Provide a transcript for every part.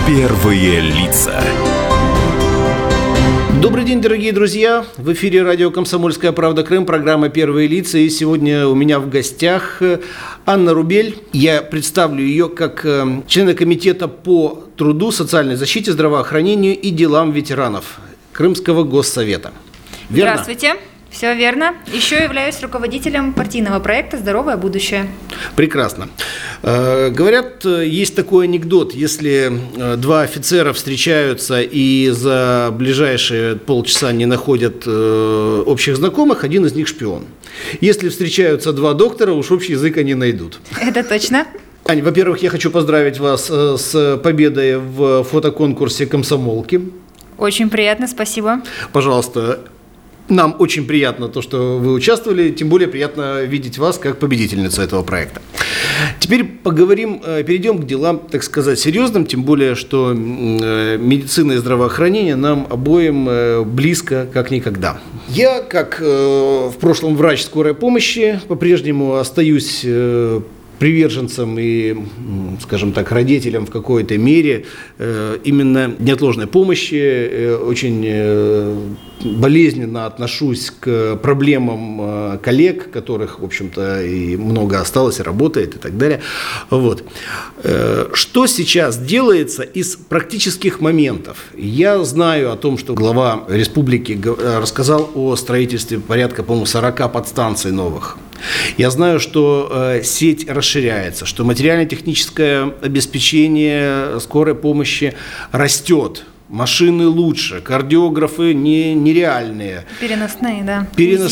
Первые лица. Добрый день, дорогие друзья! В эфире радио «Комсомольская правда. Крым», программа «Первые лица». И сегодня у меня в гостях Анна Рубель. Я представлю ее как члена комитета по труду, социальной защите, здравоохранению и делам ветеранов Крымского госсовета. Верно? Здравствуйте. Все верно. Еще являюсь руководителем партийного проекта «Здоровое будущее». Прекрасно. Говорят, есть такой анекдот. Если два офицера встречаются и за ближайшие полчаса не находят общих знакомых, один из них шпион. Если встречаются два доктора, уж общий язык они найдут. Это точно. Аня, во-первых, я хочу поздравить вас с победой в фотоконкурсе «Комсомолки». Очень приятно, спасибо. Пожалуйста. Нам очень приятно то, что вы участвовали, тем более приятно видеть вас как победительницу этого проекта. Теперь перейдем к делам, так сказать, серьезным, тем более, что медицина и здравоохранение нам обоим близко, как никогда. Я, как в прошлом врач скорой помощи, по-прежнему остаюсь приверженцем и, скажем так, родителям в какой-то мере именно неотложной помощи. Очень болезненно отношусь к проблемам коллег, которых, в общем-то, и много осталось, и работает, и так далее. Вот. Что сейчас делается из практических моментов? Я знаю о том, что глава республики рассказал о строительстве порядка, по-моему, 40 подстанций новых. Я знаю, что сеть расширяется, что материально-техническое обеспечение скорой помощи растет. Машины лучше, кардиографы нереальные. Переносные, да.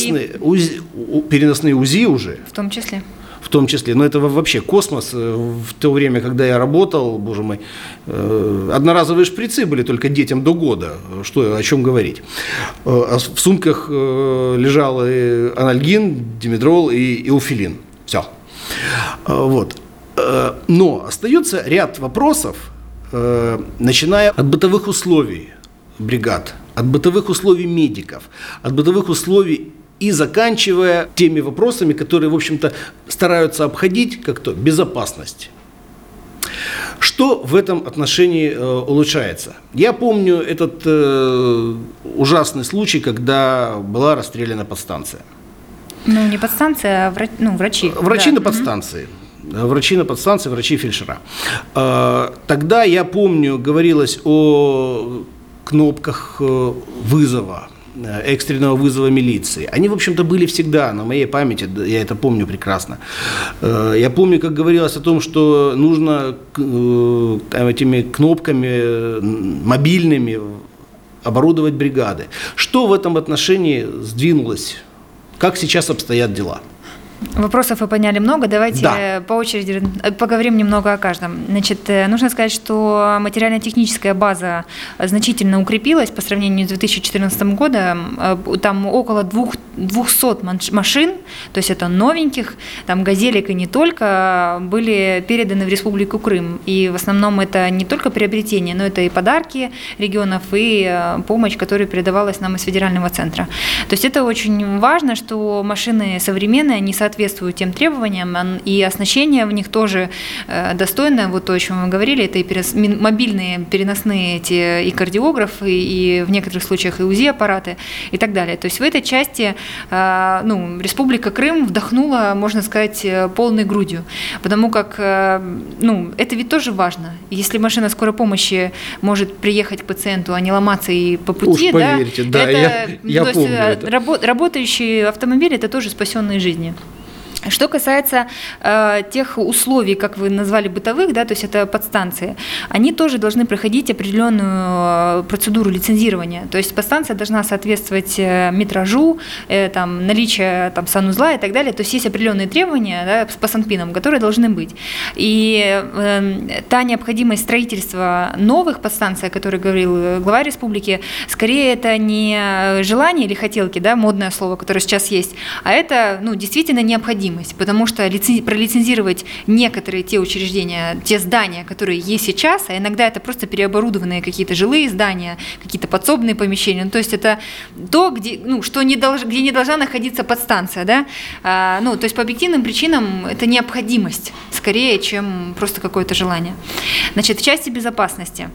Переносные УЗИ уже. В том числе. В том числе. Но это вообще космос. В то время, когда я работал, боже мой, одноразовые шприцы были только детям до года. О чем говорить. А в сумках лежал и анальгин, димедрол и эуфилин. Все. Вот. Но остается ряд вопросов, начиная от бытовых условий бригад, от бытовых условий медиков, от бытовых условий и заканчивая теми вопросами, которые, в общем-то, стараются обходить, как то безопасность. Что в этом отношении улучшается? Я помню этот ужасный случай, когда была расстреляна подстанция. Ну, не подстанция, а врачи. Врачи на подстанции. Врачи на подстанции, врачи-фельдшера. Тогда, я помню, говорилось о кнопках вызова, экстренного вызова милиции. Они, в общем-то, были всегда на моей памяти, я это помню прекрасно. Я помню, как говорилось о том, что нужно этими кнопками мобильными оборудовать бригады. Что в этом отношении сдвинулось? Как сейчас обстоят дела? Вопросов вы подняли много, давайте по очереди поговорим немного о каждом. Значит, нужно сказать, что материально-техническая база значительно укрепилась по сравнению с 2014 годом. Там около 200 машин, то есть это новеньких, там газелек и не только, были переданы в Республику Крым. И в основном это не только приобретение, но это и подарки регионов, и помощь, которая передавалась нам из федерального центра. То есть это очень важно, что машины современные, они соответствуют тем требованиям, и оснащение в них тоже достойное. Вот то, о чем мы говорили, это и мобильные переносные эти и кардиографы, и в некоторых случаях и УЗИ-аппараты, и так далее. То есть в этой части Республика Крым вдохнула, можно сказать, полной грудью, потому как это ведь тоже важно. Если машина скорой помощи может приехать к пациенту, а не ломаться и по пути, уж поверьте, я помню это. Работающий автомобиль – это тоже спасенные жизни. Что касается тех условий, как вы назвали, бытовых, да, то есть это подстанции, они тоже должны проходить определенную процедуру лицензирования. То есть подстанция должна соответствовать метражу, наличие санузла и так далее. То есть есть определенные требования, да, по санпинам, которые должны быть. И та необходимость строительства новых подстанций, о которой говорил глава республики, скорее это не желание или хотелки, да, модное слово, которое сейчас есть, а это действительно необходимо. необходимость, потому что пролицензировать некоторые те учреждения, те здания, которые есть сейчас, а иногда это просто переоборудованные какие-то жилые здания, какие-то подсобные помещения, то есть это то, где, где не должна находиться подстанция, да, то есть по объективным причинам это необходимость, скорее, чем просто какое-то желание. Значит, в части безопасности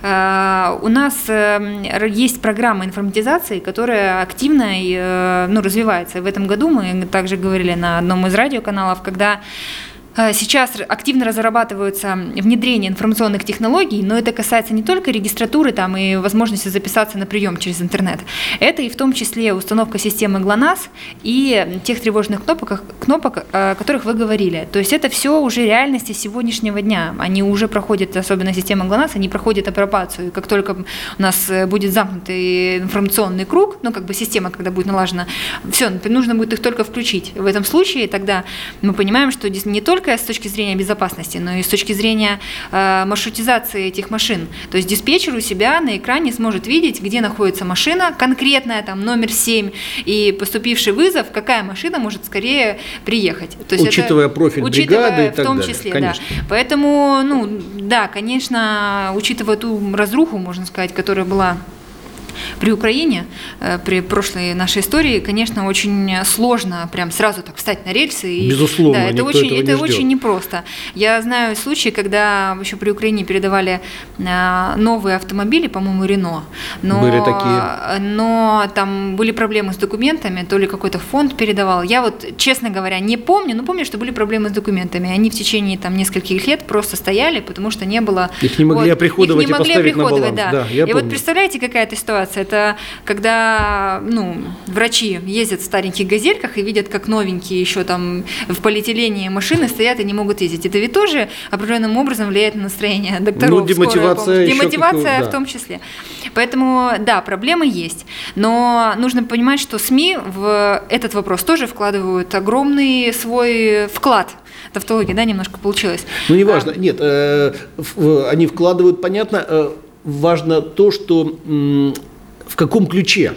у нас есть программа информатизации, которая активно развивается. В этом году мы также говорили на одном из радиоканалов, когда сейчас активно разрабатываются внедрение информационных технологий, но это касается не только регистратуры и возможности записаться на прием через интернет. Это и в том числе установка системы ГЛОНАСС и тех тревожных кнопок, о которых вы говорили. То есть это все уже реальности сегодняшнего дня. Они уже проходят, особенно система ГЛОНАСС, они проходят апробацию. И как только у нас будет замкнутый информационный круг, система, когда будет налажена, все, нужно будет их только включить. В этом случае тогда мы понимаем, что не только с точки зрения безопасности, но и с точки зрения маршрутизации этих машин. То есть диспетчер у себя на экране сможет видеть, где находится машина, конкретная, номер 7, и поступивший вызов, какая машина может скорее приехать. То есть учитывая профиль бригады и так далее. В том числе, конечно. Да. Поэтому, конечно, учитывая ту разруху, можно сказать, которая была при Украине, при прошлой нашей истории, конечно, очень сложно прям сразу так встать на рельсы. Безусловно, да, это не очень непросто. Я знаю случаи, когда еще при Украине передавали новые автомобили, по-моему, Рено. Были такие. Но там были проблемы с документами, то ли какой-то фонд передавал. Я честно говоря, не помню, но помню, что были проблемы с документами. Они в течение нескольких лет просто стояли, потому что не было... Их не могли оприходовать и поставить на баланс. Да. И помню. Представляете, какая-то ситуация? Это когда врачи ездят в стареньких газельках и видят, как новенькие еще в полиэтилене машины стоят и не могут ездить. Это ведь тоже определенным образом влияет на настроение докторов. Демотивация в том числе. Поэтому, да, проблемы есть. Но нужно понимать, что СМИ в этот вопрос тоже вкладывают огромный свой вклад. Тавтология, да, немножко получилось. Неважно. Нет, они вкладывают, понятно. Важно то, что в каком ключе?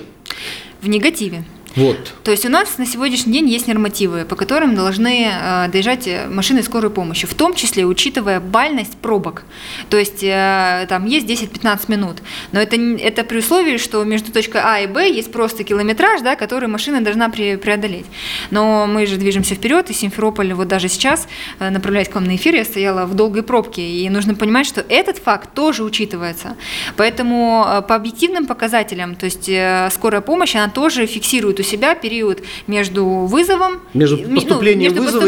В негативе. Вот. То есть у нас на сегодняшний день есть нормативы, по которым должны доезжать машины скорой помощи, в том числе учитывая бальность пробок. То есть там есть 10-15 минут. Но это при условии, что между точкой А и Б есть просто километраж, да, который машина должна преодолеть. Но мы же движемся вперед, и Симферополь, даже сейчас, направляясь к вам на эфир, я стояла в долгой пробке. И нужно понимать, что этот факт тоже учитывается. Поэтому по объективным показателям, то есть скорая помощь, она тоже фиксирует у себя период между вызовом, между поступлением вызова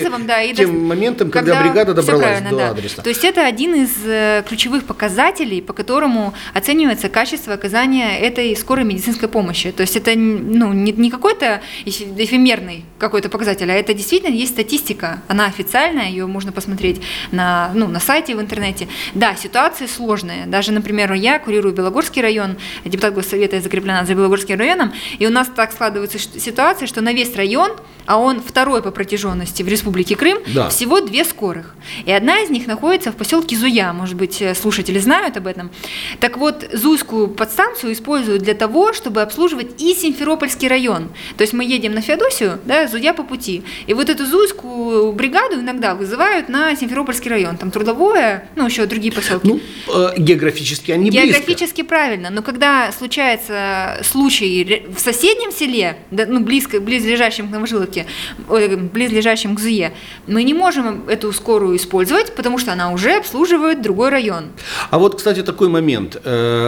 и тем моментом, когда бригада добралась до адреса. То есть это один из ключевых показателей, по которому оценивается качество оказания этой скорой медицинской помощи. То есть это не какой-то эфемерный какой-то показатель, а это действительно есть статистика. Она официальная, ее можно посмотреть на сайте в интернете. Да, ситуации сложные. Даже, например, я курирую Белогорский район, депутат Госсовета, я закреплена за Белогорским районом, и у нас так складывается ситуация, что на весь район, а он второй по протяженности в Республике Крым, всего 2 скорых. И одна из них находится в поселке Зуя, может быть, слушатели знают об этом. Так вот, Зуйскую подстанцию используют для того, чтобы обслуживать и Симферопольский район. То есть мы едем на Феодосию, да, Зуя по пути. И вот эту Зуйскую бригаду иногда вызывают на Симферопольский район. Там Трудовое, еще другие поселки. Географически они близко. Географически правильно. Но когда случается случай в соседнем селе, близлежащем к Новожиловке, близлежащем к Зуе, мы не можем эту скорую использовать, потому что она уже обслуживает другой район. А вот, кстати, такой момент.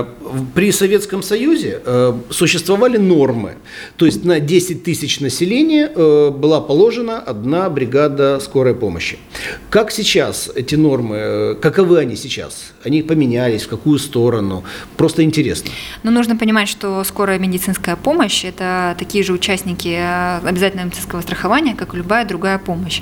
При Советском Союзе существовали нормы. То есть на 10 тысяч населения была положена одна бригада скорой помощи. Как сейчас эти нормы, каковы они сейчас? Они поменялись, в какую сторону? Просто интересно. Но нужно понимать, что скорая медицинская помощь – это такие же участники обязательного медицинского страхования, как и любая другая помощь.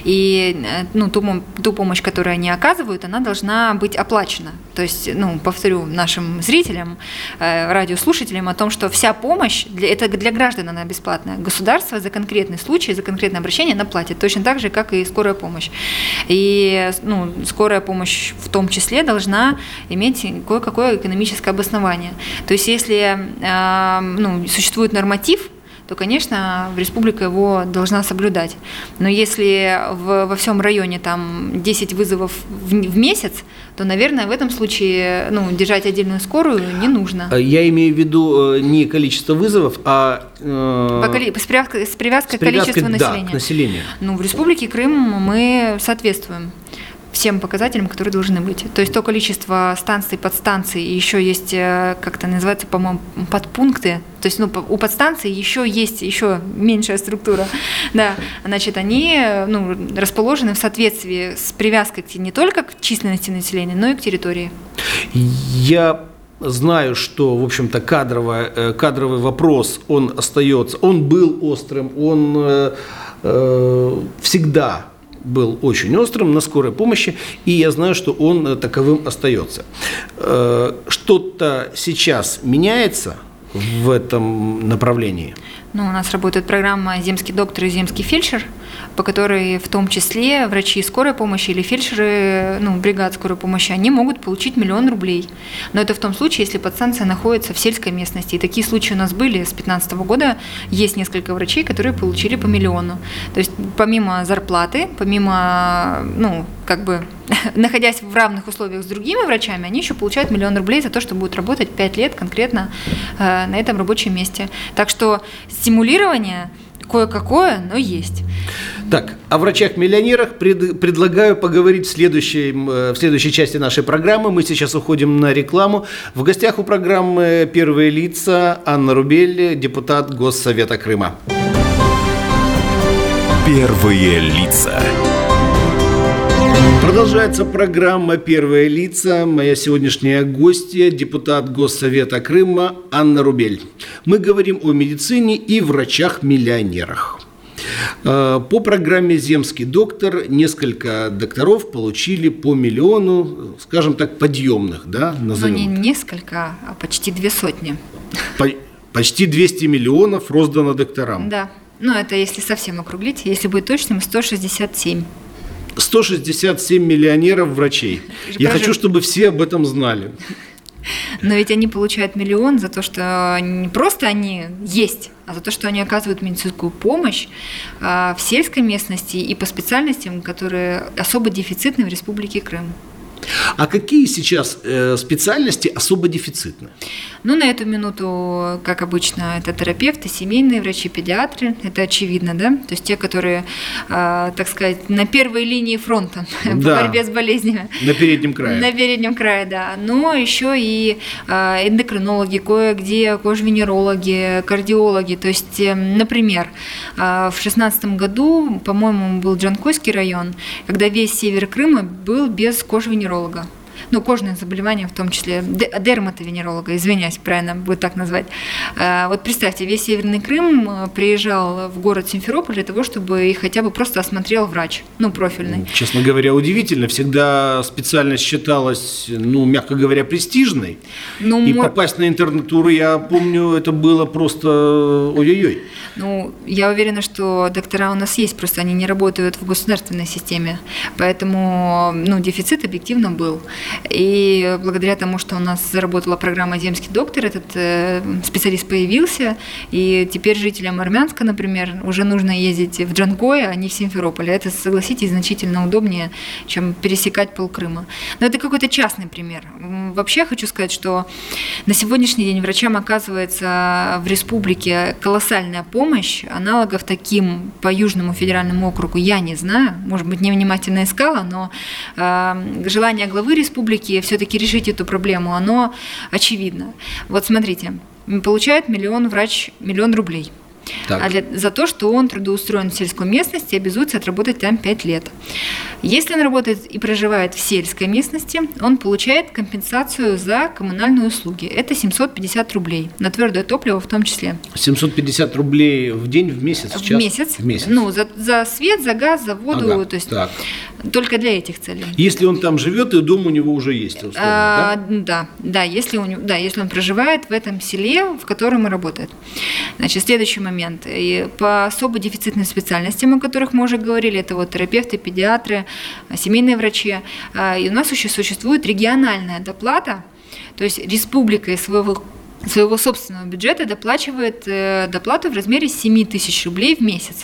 И ту помощь, которую они оказывают, она должна быть оплачена. То есть, повторю нашим зрителям, радиослушателям о том, что вся помощь, это для граждан она бесплатная. Государство за конкретный случай, за конкретное обращение она платит, точно так же, как и скорая помощь. И скорая помощь в том числе должна иметь кое-какое экономическое обоснование. То есть, если существует норматив, то, конечно, республика его должна соблюдать. Но если во всем районе там 10 вызовов в месяц, то, наверное, в этом случае держать отдельную скорую не нужно. Я имею в виду не количество вызовов, а с привязкой к количеству населения. Да, к населению. В Республике Крым мы соответствуем всем показателям, которые должны быть. То есть то количество станций, подстанций, и еще есть, как это называется, по-моему, подпункты. То есть у подстанций еще есть еще меньшая структура. Да, значит, они расположены в соответствии с привязкой не только к численности населения, но и к территории. Я знаю, что, в общем-то, кадровый вопрос, он остается, он был острым, он всегда был очень острым на скорой помощи, и я знаю, что он таковым остается. Что-то сейчас меняется в этом направлении? У нас работает программа «Земский доктор» и «Земский фельдшер», по которой в том числе врачи скорой помощи или фельдшеры, бригад скорой помощи, они могут получить 1 000 000 рублей. Но это в том случае, если подстанция находится в сельской местности. И такие случаи у нас были с 2015 года. Есть несколько врачей, которые получили по 1 000 000. То есть помимо зарплаты, помимо, находясь в равных условиях с другими врачами, они еще получают 1 000 000 рублей за то, что будут работать 5 лет конкретно на этом рабочем месте. Так что стимулирование кое-какое, но есть. Так, о врачах-миллионерах предлагаю поговорить в следующей части нашей программы. Мы сейчас уходим на рекламу. В гостях у программы «Первые лица» Анна Рубель, депутат Госсовета Крыма. «Первые лица». Продолжается программа «Первые лица». Моя сегодняшняя гостья – депутат Госсовета Крыма Анна Рубель. Мы говорим о медицине и врачах-миллионерах. По программе «Земский доктор» несколько докторов получили по 1 000 000, скажем так, подъемных, да, назовем. Не несколько, а почти 200. Почти 200 миллионов роздано докторам. Да, это если совсем округлить, если быть точным, 167. 167 миллионеров врачей. Я хочу, чтобы все об этом знали. Но ведь они получают 1 000 000 за то, что не просто они есть, а за то, что они оказывают медицинскую помощь в сельской местности и по специальностям, которые особо дефицитны в Республике Крым. А какие сейчас специальности особо дефицитны? На эту минуту, как обычно, это терапевты, семейные врачи, педиатры. Это очевидно, да? То есть те, которые, так сказать, на первой линии фронта по борьбе с болезнями. На переднем крае. На переднем крае, да. Но еще и эндокринологи, кое-где кожвенерологи, кардиологи. То есть, например, в 2016 году, по-моему, был Джанкойский район, когда весь север Крыма был без кожвенеролога. Кожные заболевания в том числе, дерматовенеролога, извиняюсь, правильно будет так назвать. Вот представьте, весь Северный Крым приезжал в город Симферополь для того, чтобы их хотя бы просто осмотрел врач, профильный. Честно говоря, удивительно. Всегда специальность считалась, мягко говоря, престижной. И попасть на интернатуру, я помню, это было просто ой-ой-ой. Я уверена, что доктора у нас есть, просто они не работают в государственной системе. Поэтому, дефицит объективно был. И благодаря тому, что у нас заработала программа «Земский доктор», этот специалист появился, и теперь жителям Армянска, например, уже нужно ездить в Джанкой, а не в Симферополь. Это, согласитесь, значительно удобнее, чем пересекать полкрыма. Но это какой-то частный пример. Вообще хочу сказать, что на сегодняшний день врачам оказывается в республике колоссальная помощь. Аналогов таким по Южному федеральному округу я не знаю. Может быть, невнимательно искала, но желание главы республики все-таки решить эту проблему, оно очевидно. Вот смотрите, получает 1 000 000 врач 1 000 000 рублей. За то, что он трудоустроен в сельской местности, обязуется отработать там 5 лет. Если он работает и проживает в сельской местности, он получает компенсацию за коммунальные услуги. Это 750 рублей, на твердое топливо в том числе. 750 рублей в день, в месяц? В час? В месяц. За свет, за газ, за воду, то есть только для этих целей. Если он там живет, и дом у него уже есть, условно, да, если он проживает в этом селе, в котором и работает. Значит, следующий момент. И по особо дефицитным специальностям, о которых мы уже говорили, это терапевты, педиатры, семейные врачи. И у нас еще существует региональная доплата, то есть республика из своего своего собственного бюджета доплачивает доплату в размере 7 тысяч рублей в месяц.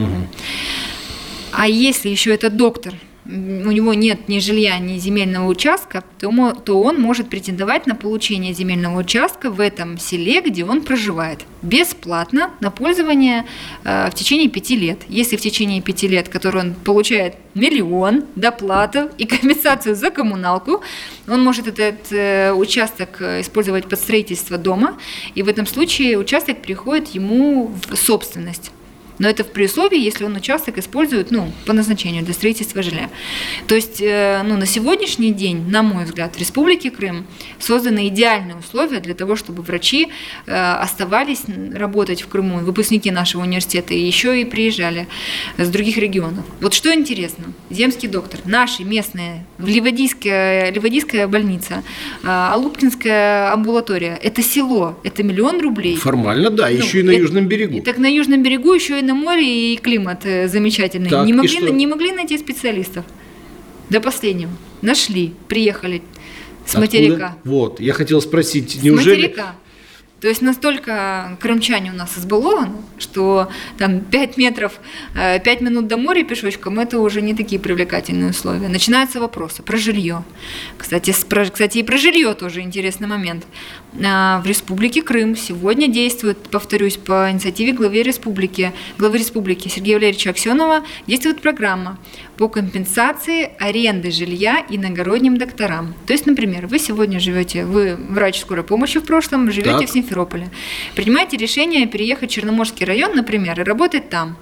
А если еще этот доктор, у него нет ни жилья, ни земельного участка, то он может претендовать на получение земельного участка в этом селе, где он проживает, бесплатно на пользование в течение 5 лет. Если в течение 5 лет, который он получает миллион, доплату и компенсацию за коммуналку, он может этот участок использовать под строительство дома, и в этом случае участок переходит ему в собственность. Но это при условии, если он участок использует по назначению для строительства жилья. То есть на сегодняшний день, на мой взгляд, в Республике Крым созданы идеальные условия для того, чтобы врачи оставались работать в Крыму, выпускники нашего университета, и еще и приезжали с других регионов. Вот что интересно, земский доктор, наши местные, Ливадийская больница, Алупкинская амбулатория, это село, это 1 миллион рублей. Формально, да, еще и на Южном берегу. Так на Южном берегу еще и на море, и климат замечательный. Так, не могли найти специалистов. До последнего. Нашли, приехали с материка. Вот, я хотел спросить, неужели... С материка. То есть настолько крымчане у нас избалованы, что там 5 метров, 5 минут до моря пешочком – это уже не такие привлекательные условия. Начинаются вопросы про жилье. Кстати, и про жилье тоже интересный момент. В Республике Крым сегодня действует, повторюсь, по инициативе главы республики Сергея Валерьевича Аксенова действует программа по компенсации аренды жилья иногородним докторам. То есть, например, вы сегодня живете, вы врач скорой помощи в прошлом, живете в Симферополе, принимаете решение переехать в Черноморский район, например, и работать там.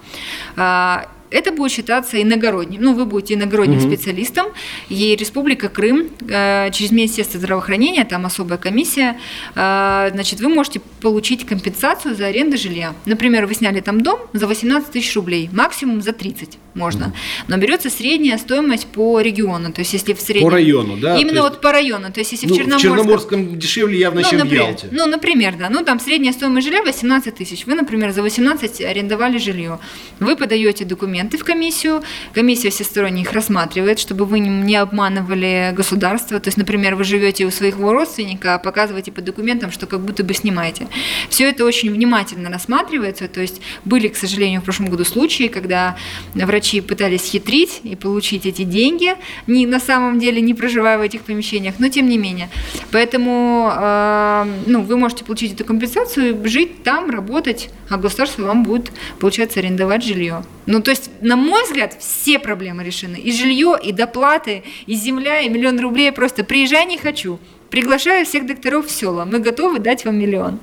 Это будет считаться иногородним. Вы будете иногородним специалистом, и Республика Крым через Министерство здравоохранения, там особая комиссия, вы можете получить компенсацию за аренду жилья. Например, вы сняли там дом за 18 тысяч рублей, максимум за 30 можно. Но берется средняя стоимость по региону. То есть, если в среднем... По району, да? Именно по району. То есть, если в Черноморском дешевле явно, чем в Ялте. Например, да. Там средняя стоимость жилья 18 тысяч. Вы, например, за 18 арендовали жилье. Вы подаете документы в комиссию, комиссия всесторонне их рассматривает, чтобы вы не обманывали государство. То есть, например, вы живете у своего родственника, а показываете по документам, что как будто бы снимаете. Все это очень внимательно рассматривается. То есть, были, к сожалению, в прошлом году случаи, когда врачи пытались хитрить и получить эти деньги, на самом деле не проживая в этих помещениях, но тем не менее. Поэтому вы можете получить эту компенсацию, жить там, работать, а государство вам будет, получается, арендовать жилье. То есть, на мой взгляд, все проблемы решены. И жилье, и доплаты, и земля, и 1 миллион рублей. Просто приезжай, не хочу. Приглашаю всех докторов в села. Мы готовы дать вам 1 миллион.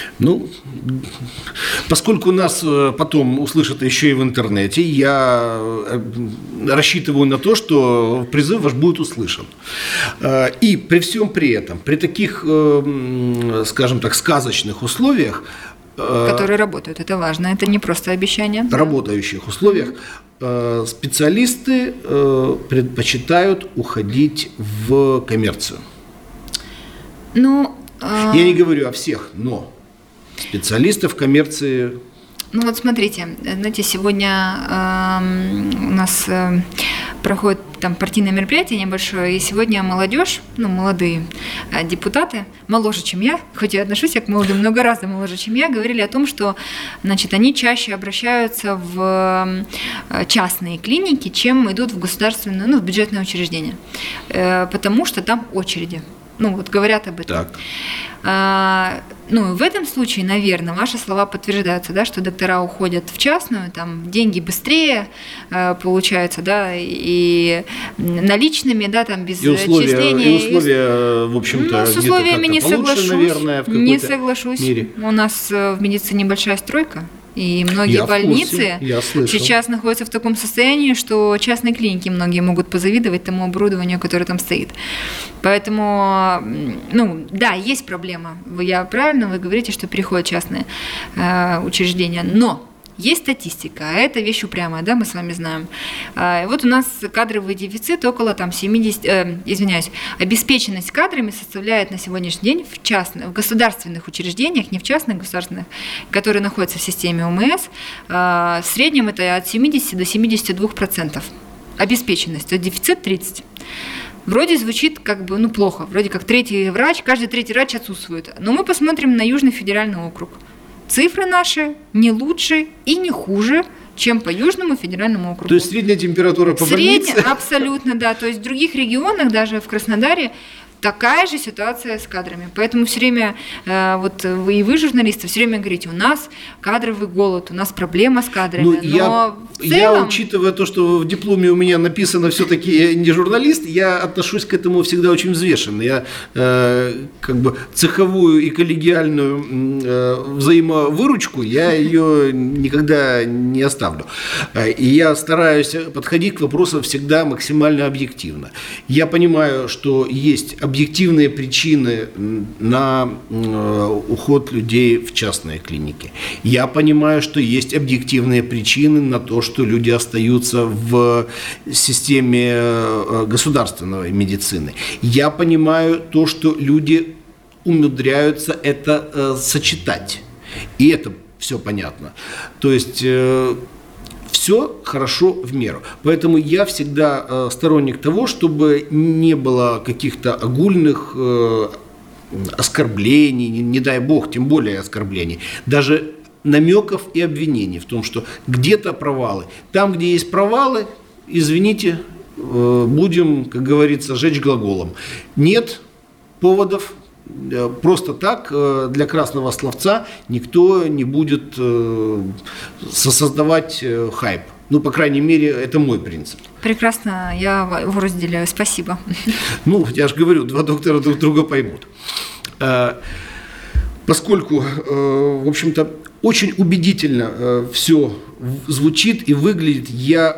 Поскольку нас потом услышат еще и в интернете, я рассчитываю на то, что призыв ваш будет услышан. И при всем при этом, при таких, скажем так, сказочных условиях, которые работают, это важно, это не просто обещание. В работающих условиях специалисты предпочитают уходить в коммерцию. Я не говорю о всех, но специалисты в коммерции... Смотрите, сегодня у нас проходит там партийное мероприятие небольшое, и сегодня молодежь, молодые депутаты, моложе, чем я, хоть я отношусь к молодым, много раз моложе, чем я, говорили о том, что, они чаще обращаются в частные клиники, чем идут в государственные, в бюджетные учреждения, потому что там очереди. Говорят об этом. Так. В этом случае, наверное, ваши слова подтверждаются, что доктора уходят в частную, там деньги быстрее получаются, и наличными, там без отчисления. И условия, в общем-то, с условиями не соглашусь. Наверное, не соглашусь. Мире. У нас в медицине большая стройка. И многие больницы сейчас находятся в таком состоянии, что частные клиники многие могут позавидовать тому оборудованию, которое там стоит. Поэтому, да, есть проблема. Вы говорите, что переходят частные учреждения, но есть статистика, а это вещь упрямая, мы с вами знаем. Вот у нас кадровый дефицит около 70, обеспеченность кадрами составляет на сегодняшний день в государственных учреждениях, не в частных, государственных, которые находятся в системе ОМС, в среднем это от 70 до 72%. Обеспеченность, то дефицит 30%. Вроде звучит как бы, плохо, вроде как каждый третий врач отсутствует. Но мы посмотрим на Южный федеральный округ. Цифры наши не лучше и не хуже, чем по Южному федеральному округу. То есть средняя температура по больнице? Абсолютно, да. То есть в других регионах, даже в Краснодаре, такая же ситуация с кадрами. Поэтому все время, вы, журналисты, все время говорите, у нас кадровый голод, у нас проблема с кадрами. Я, учитывая то, что в дипломе у меня написано все-таки не журналист, я отношусь к этому всегда очень взвешенно. Я цеховую и коллегиальную взаимовыручку, я ее никогда не оставлю. И я стараюсь подходить к вопросу всегда максимально объективно. Я понимаю, что есть объективные причины на уход людей в частные клиники. Я понимаю, что есть объективные причины на то, что люди остаются в системе государственной медицины. Я понимаю то, что люди умудряются это сочетать. И это все понятно. То есть все хорошо в меру. Поэтому я всегда сторонник того, чтобы не было каких-то огульных оскорблений, не дай бог, тем более оскорблений, даже намеков и обвинений в том, что где-то провалы. Там, где есть провалы, извините, будем, как говорится, жечь глаголом. Нет поводов. Просто так для красного словца никто не будет создавать хайп. По крайней мере, это мой принцип. Прекрасно, я его разделяю. Спасибо. Я же говорю, два доктора друг друга поймут. Поскольку, в общем-то, очень убедительно все звучит и выглядит, я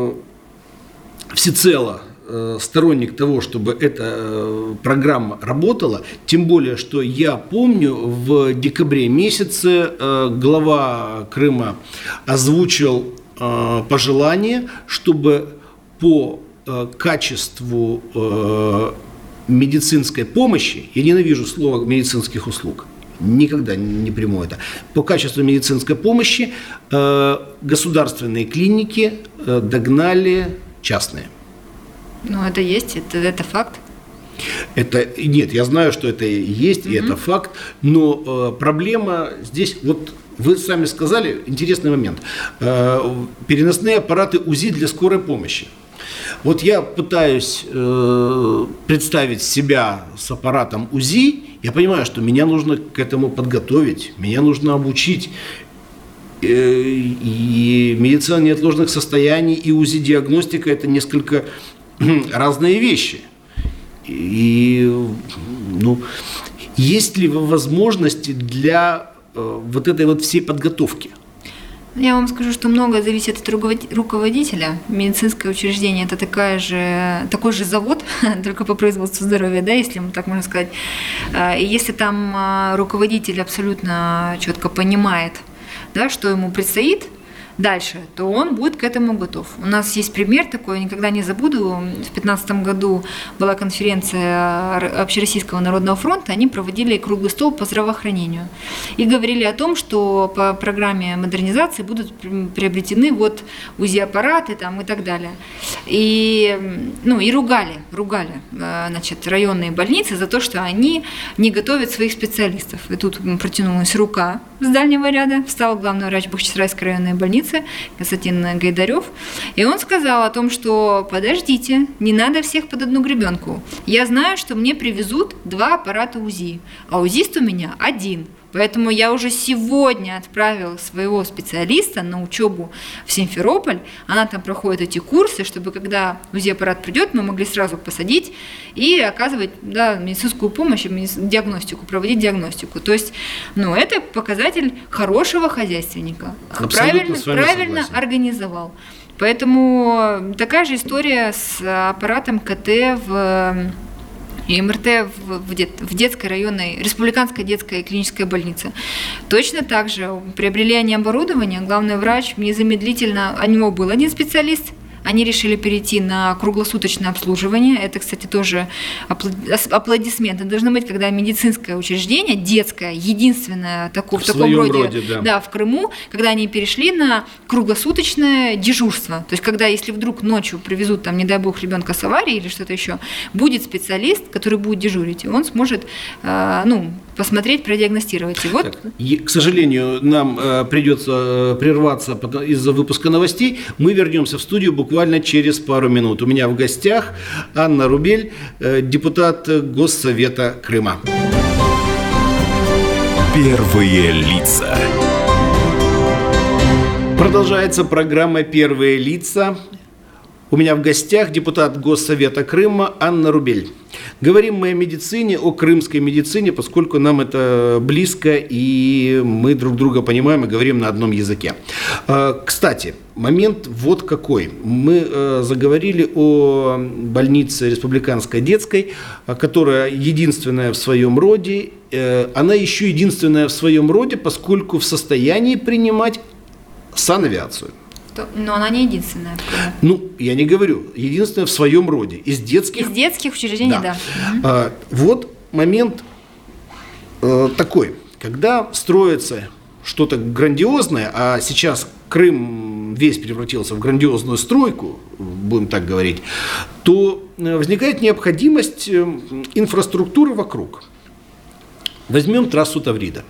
всецело сторонник того, чтобы эта программа работала, тем более, что я помню, в декабре месяце глава Крыма озвучил пожелание, чтобы по качеству медицинской помощи, я ненавижу слово медицинских услуг, никогда не приму это, по качеству медицинской помощи государственные клиники догнали частные. Это есть, это факт. Нет, я знаю, что это есть, и это факт, но проблема здесь, вы сами сказали, интересный момент, переносные аппараты УЗИ для скорой помощи. Я пытаюсь представить себя с аппаратом УЗИ, я понимаю, что меня нужно к этому подготовить, меня нужно обучить. И медицина неотложных состояний, и УЗИ-диагностика – это несколько разные вещи. И есть ли возможности для этой всей подготовки? Я вам скажу, что многое зависит от руководителя. Медицинское учреждение – это такой же завод, только по производству здоровья, если так можно сказать. И если там руководитель абсолютно четко понимает, что ему предстоит дальше, то он будет к этому готов. У нас есть пример такой, я никогда не забуду. В 2015 году была конференция Общероссийского народного фронта, они проводили круглый стол по здравоохранению и говорили о том, что по программе модернизации будут приобретены УЗИ-аппараты и так далее. И ругали районные больницы за то, что они не готовят своих специалистов. И тут протянулась рука с дальнего ряда, встал главный врач Бахчисарайской районной больницы Константин Гайдарев, и он сказал о том, что подождите, не надо всех под одну гребенку. Я знаю, что мне привезут 2 аппарата УЗИ, а УЗИст у меня 1. Поэтому я уже сегодня отправила своего специалиста на учебу в Симферополь. Она там проходит эти курсы, чтобы когда УЗИ-аппарат придет, мы могли сразу посадить и оказывать медицинскую помощь, диагностику, проводить диагностику. То есть, это показатель хорошего хозяйственника. Правильно организовал. Поэтому такая же история с аппаратом КТ и МРТ в детской районной, республиканской детской клинической больнице. Точно так же приобрели они оборудование, главный врач незамедлительно, у него был один специалист, они решили перейти на круглосуточное обслуживание. Это, кстати, тоже аплодисменты должны быть, когда медицинское учреждение, детское, единственное в таком роде, да, в Крыму, когда они перешли на круглосуточное дежурство. То есть, когда, если вдруг ночью привезут, там, не дай бог, ребенка с аварией или что-то еще, будет специалист, который будет дежурить, и он сможет посмотреть, продиагностировать. И вот. К сожалению, нам придется прерваться из-за выпуска новостей. Мы вернемся в студию буквально через пару минут. У меня в гостях Анна Рубель, депутат Госсовета Крыма. Первые лица. Продолжается программа «Первые лица». У меня в гостях депутат Госсовета Крыма Анна Рубель. Говорим мы о медицине, о крымской медицине, поскольку нам это близко, и мы друг друга понимаем и говорим на одном языке. Кстати, момент вот какой. Мы заговорили о больнице республиканской детской, которая единственная в своем роде. Она еще единственная в своем роде, поскольку в состоянии принимать санавиацию. Но она не единственная. Я не говорю. Единственная в своем роде. Из детских учреждений, да. Вот момент такой. Когда строится что-то грандиозное, а сейчас Крым весь превратился в грандиозную стройку, будем так говорить, то возникает необходимость инфраструктуры вокруг. Возьмем трассу Таврида.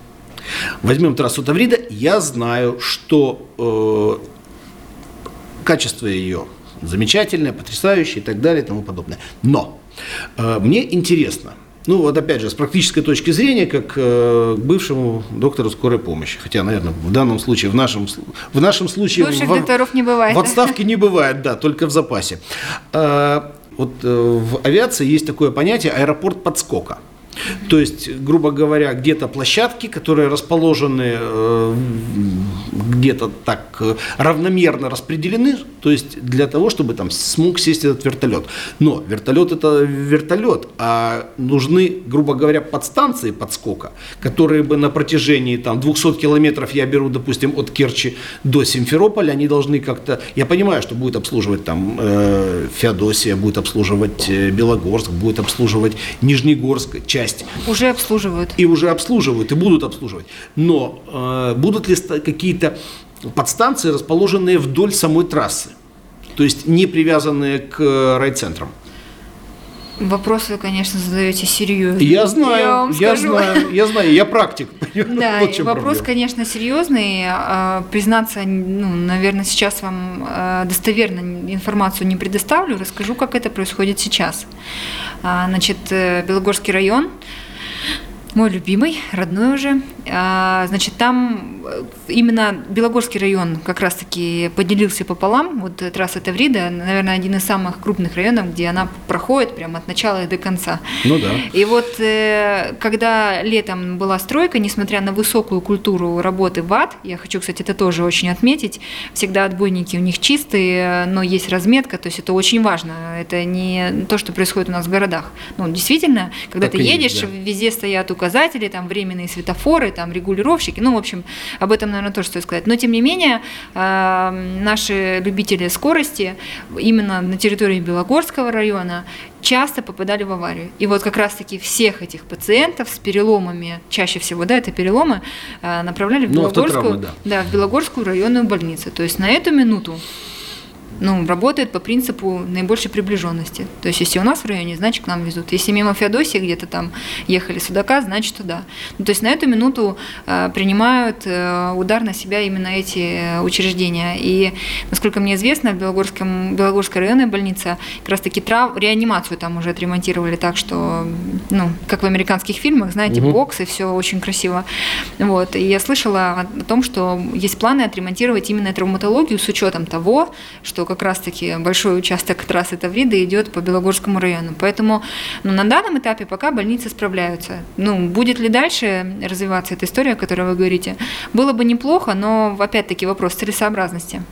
Я знаю, что качество ее замечательное, потрясающее и так далее и тому подобное. Но мне интересно, опять же, с практической точки зрения, как бывшему доктору скорой помощи, хотя, наверное, в данном случае, в нашем случае бывших докторов не бывает. В отставке не бывает, да, только в запасе. В авиации есть такое понятие аэропорт подскока. То есть, грубо говоря, где-то площадки, которые расположены где-то так равномерно распределены, то есть для того, чтобы там смог сесть этот вертолет. Но вертолет – это вертолет, а нужны, грубо говоря, подстанции подскока, которые бы на протяжении 200 километров, я беру, допустим, от Керчи до Симферополя, они должны как-то, я понимаю, что будет обслуживать Феодосия, будет обслуживать Белогорск, будет обслуживать Нижнегорск, часть. Уже обслуживают. И будут обслуживать. Но будут ли какие-то подстанции, расположенные вдоль самой трассы? То есть не привязанные к райцентрам? Вопрос вы, конечно, задаете серьезный. Я знаю, я практик. Да, вот вопрос, проблема. Конечно, серьезный. Признаться, наверное, сейчас вам достоверную информацию не предоставлю. Расскажу, как это происходит сейчас. Значит, Белогорский район, мой любимый, родной уже. Значит, там именно Белогорский район как раз-таки поделился пополам. Вот трасса Таврида, наверное, один из самых крупных районов, где она проходит прямо от начала и до конца. Ну да. И вот когда летом была стройка, несмотря на высокую культуру работы ВАТ, я хочу, кстати, это тоже очень отметить, всегда отбойники у них чистые, но есть разметка, то есть это очень важно. Это не то, что происходит у нас в городах. Действительно, когда так ты едешь, есть, да. Везде стоят указатели, там временные светофоры, там регулировщики, в общем, об этом, наверное, тоже стоит сказать. Но, тем не менее, наши любители скорости именно на территории Белогорского района часто попадали в аварию. И вот как раз-таки всех этих пациентов с переломами, чаще всего, это переломы, направляли в Белогорскую районную больницу. То есть на эту минуту работает по принципу наибольшей приближенности. То есть, если у нас в районе, значит, к нам везут. Если мимо Феодосии где-то там ехали судака, значит, туда. То есть, на эту минуту принимают удар на себя именно эти учреждения. И, насколько мне известно, в Белогорской районной больнице как раз-таки реанимацию там уже отремонтировали так, что, как в американских фильмах, знаете, бокс, и все очень красиво. Вот. И я слышала о том, что есть планы отремонтировать именно травматологию с учетом того, что как раз-таки большой участок трассы Таврида идет по Белогорскому району. Поэтому на данном этапе пока больницы справляются. Будет ли дальше развиваться эта история, о которой вы говорите? Было бы неплохо, но опять-таки вопрос целесообразности.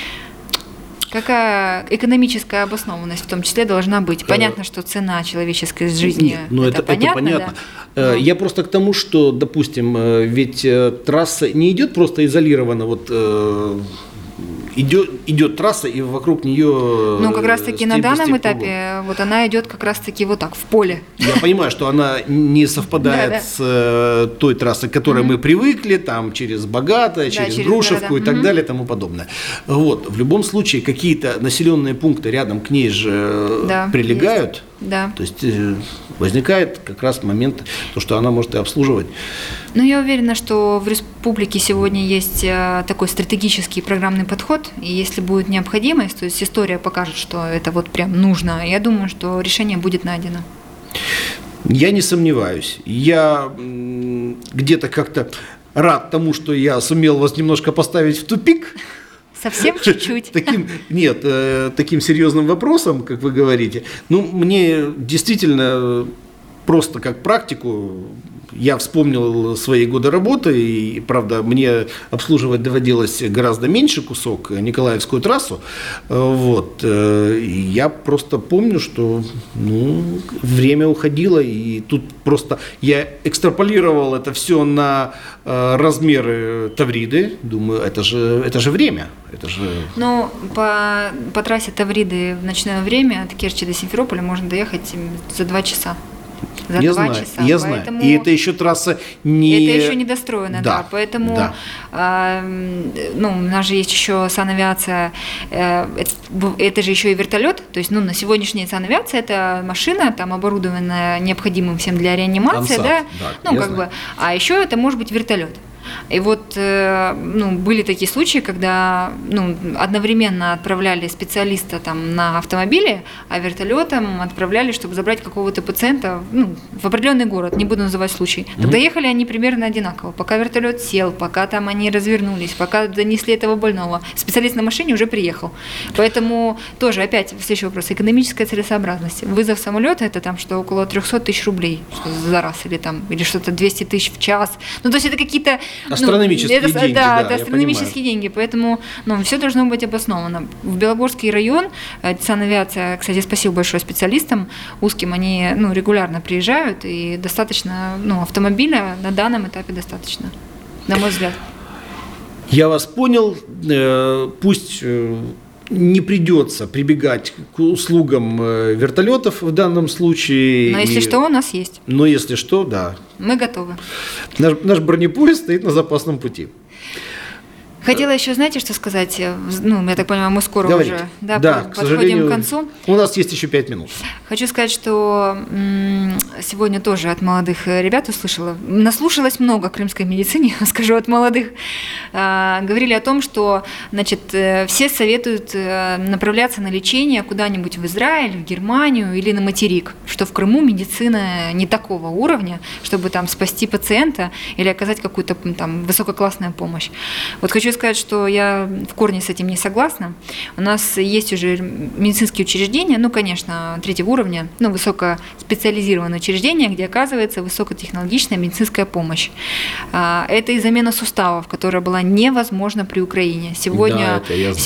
Какая экономическая обоснованность в том числе должна быть? Понятно, что цена человеческой жизни, это понятно. Да? Я просто к тому, что, допустим, ведь трасса не идет просто изолированно идет трасса, и вокруг нее... Ну, как раз-таки на данном этапе вот она идет как раз-таки вот так, в поле. Я понимаю, что она не совпадает с той трассой, к которой мы привыкли, там через Богатое, через Грушевку и так далее, и тому подобное. Вот. В любом случае, какие-то населенные пункты рядом к ней же прилегают. Есть. Да. То есть возникает как раз момент, то, что она может и обслуживать. Ну, я уверена, что в республике сегодня есть такой стратегический программный подход, и если будет необходимость, то есть история покажет, что это вот прям нужно, я думаю, что решение будет найдено. Я не сомневаюсь. Я где-то как-то рад тому, что я сумел вас немножко поставить в тупик. Совсем чуть-чуть. Таким серьезным вопросом, как вы говорите. Ну, мне действительно просто как практику, я вспомнил свои годы работы, и, правда, мне обслуживать доводилось гораздо меньше кусок, Николаевскую трассу. Вот. И я просто помню, что время уходило, и тут просто я экстраполировал это все на размеры Тавриды. Думаю, это же время. Это же... Ну, по трассе Тавриды в ночное время от Керчи до Симферополя можно доехать за 2 часа. Я знаю. И это еще трасса не... Это еще не достроена, да. Поэтому у нас же есть еще санавиация, это же еще и вертолет. То есть, на сегодняшний день санавиация – это машина, там оборудованная необходимым всем для реанимации, а еще это может быть вертолет. И вот были такие случаи, когда одновременно отправляли специалиста там на автомобиле, а вертолетом отправляли, чтобы забрать какого-то пациента в определенный город, не буду называть случай. Тогда ехали они примерно одинаково. Пока вертолет сел, пока там они развернулись, пока донесли этого больного, специалист на машине уже приехал. Поэтому тоже опять следующий вопрос. Экономическая целесообразность. Вызов самолета – это там что около 300 тысяч рублей за раз или что-то 200 тысяч в час. То есть это какие-то... Астрономические деньги, да, астрономические деньги, поэтому все должно быть обосновано. В Белогорский район санавиация, кстати, спасибо большое специалистам узким, они регулярно приезжают, и достаточно, автомобиля на данном этапе достаточно, на мой взгляд. Я вас понял, пусть не придется прибегать к услугам вертолетов в данном случае. Но если что, у нас есть. Но если что, да. Мы готовы. Наш бронепоезд стоит на запасном пути. Хотела еще, знаете, что сказать? Я так понимаю, мы скоро Говорите. уже подходим к концу. У нас есть еще 5 минут. Хочу сказать, что сегодня тоже от молодых ребят наслушалась много о крымской медицине, скажу, от молодых. Говорили о том, что, все советуют направляться на лечение куда-нибудь в Израиль, в Германию или на материк, что в Крыму медицина не такого уровня, чтобы там спасти пациента или оказать какую-то там высококлассную помощь. Вот хочу сказать, что я в корне с этим не согласна. У нас есть уже медицинские учреждения, конечно, 3-го уровня, высокоспециализированные учреждения, где оказывается высокотехнологичная медицинская помощь. Это и замена суставов, которая была невозможна при Украине. Сегодня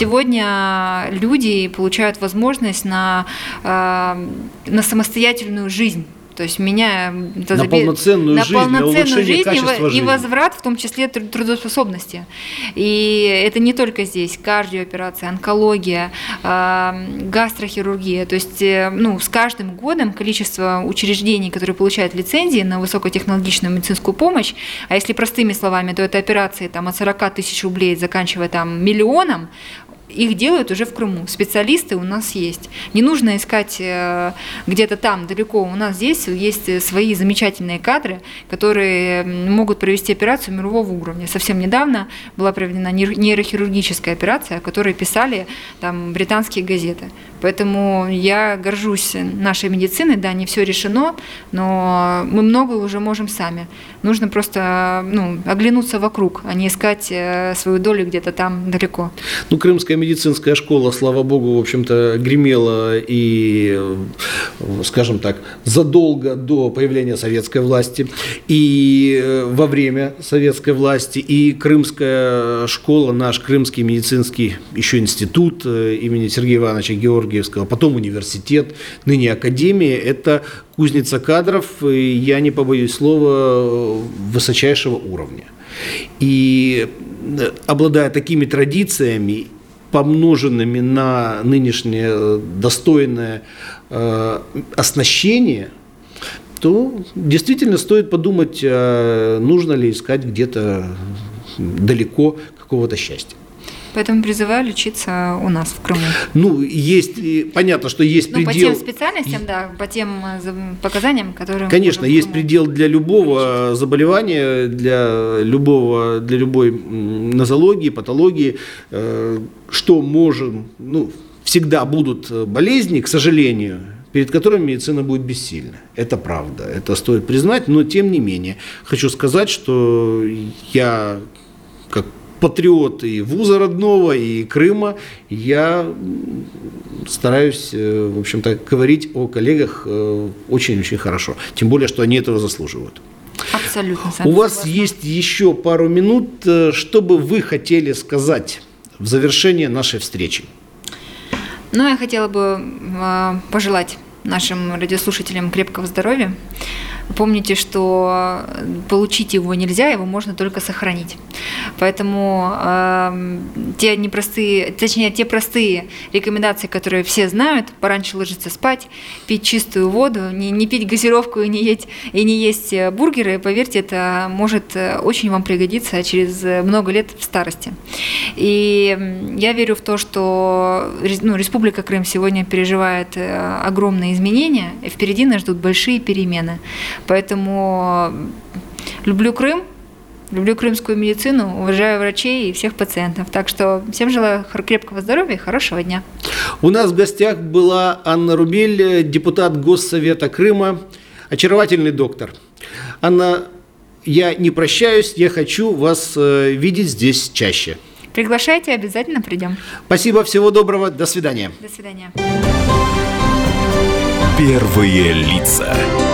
люди получают возможность на самостоятельную жизнь. То есть меняя на полноценную жизнь и возврат, в том числе трудоспособности. И это не только здесь. Кардиооперация, онкология, гастрохирургия. То есть с каждым годом количество учреждений, которые получают лицензии на высокотехнологичную медицинскую помощь, а если простыми словами, то это операции от 40 тысяч рублей, заканчивая миллионом, их делают уже в Крыму. Специалисты у нас есть. Не нужно искать где-то там далеко. У нас здесь есть свои замечательные кадры, которые могут провести операцию мирового уровня. Совсем недавно была проведена нейрохирургическая операция, о которой писали британские газеты. Поэтому я горжусь нашей медициной. Да, не все решено, но мы многое уже можем сами. Нужно просто оглянуться вокруг, а не искать свою долю где-то там далеко. Крымская медицинская школа, слава богу, в общем-то, гремела и, скажем так, задолго до появления советской власти и во время советской власти. И Крымская школа, наш Крымский медицинский еще институт имени Сергея Ивановича Георгиевского, потом университет, ныне академия, это кузница кадров, я не побоюсь слова, высочайшего уровня. И обладая такими традициями, помноженными на нынешнее достойное оснащение, то действительно стоит подумать, нужно ли искать где-то далеко какого-то счастья. Поэтому призываю лечиться у нас в Крыму. Ну, есть, понятно, что есть предел. По тем специальностям, да, по тем показаниям, которые... Конечно, есть предел для любого заболевания, для любой нозологии, патологии, что можем, всегда будут болезни, к сожалению, перед которыми медицина будет бессильна. Это правда, это стоит признать, но тем не менее, хочу сказать, что я, как патриот и вуза родного, и Крыма, я стараюсь, в общем-то, говорить о коллегах очень-очень хорошо. Тем более, что они этого заслуживают. Абсолютно. У вас есть еще пару минут. Что бы вы хотели сказать в завершение нашей встречи? Я хотела бы пожелать нашим радиослушателям крепкого здоровья. Помните, что получить его нельзя, его можно только сохранить. Поэтому те простые рекомендации, которые все знают: пораньше ложиться спать, пить чистую воду, не пить газировку и не есть бургеры, поверьте, это может очень вам пригодиться через много лет в старости. И я верю в то, что Республика Крым сегодня переживает огромные изменения, и впереди нас ждут большие перемены. Поэтому люблю Крым, люблю крымскую медицину, уважаю врачей и всех пациентов. Так что всем желаю крепкого здоровья и хорошего дня. У нас в гостях была Анна Рубель, депутат Госсовета Крыма, очаровательный доктор. Анна, я не прощаюсь, я хочу вас видеть здесь чаще. Приглашайте, обязательно придем. Спасибо, всего доброго, до свидания. До свидания. Первые лица.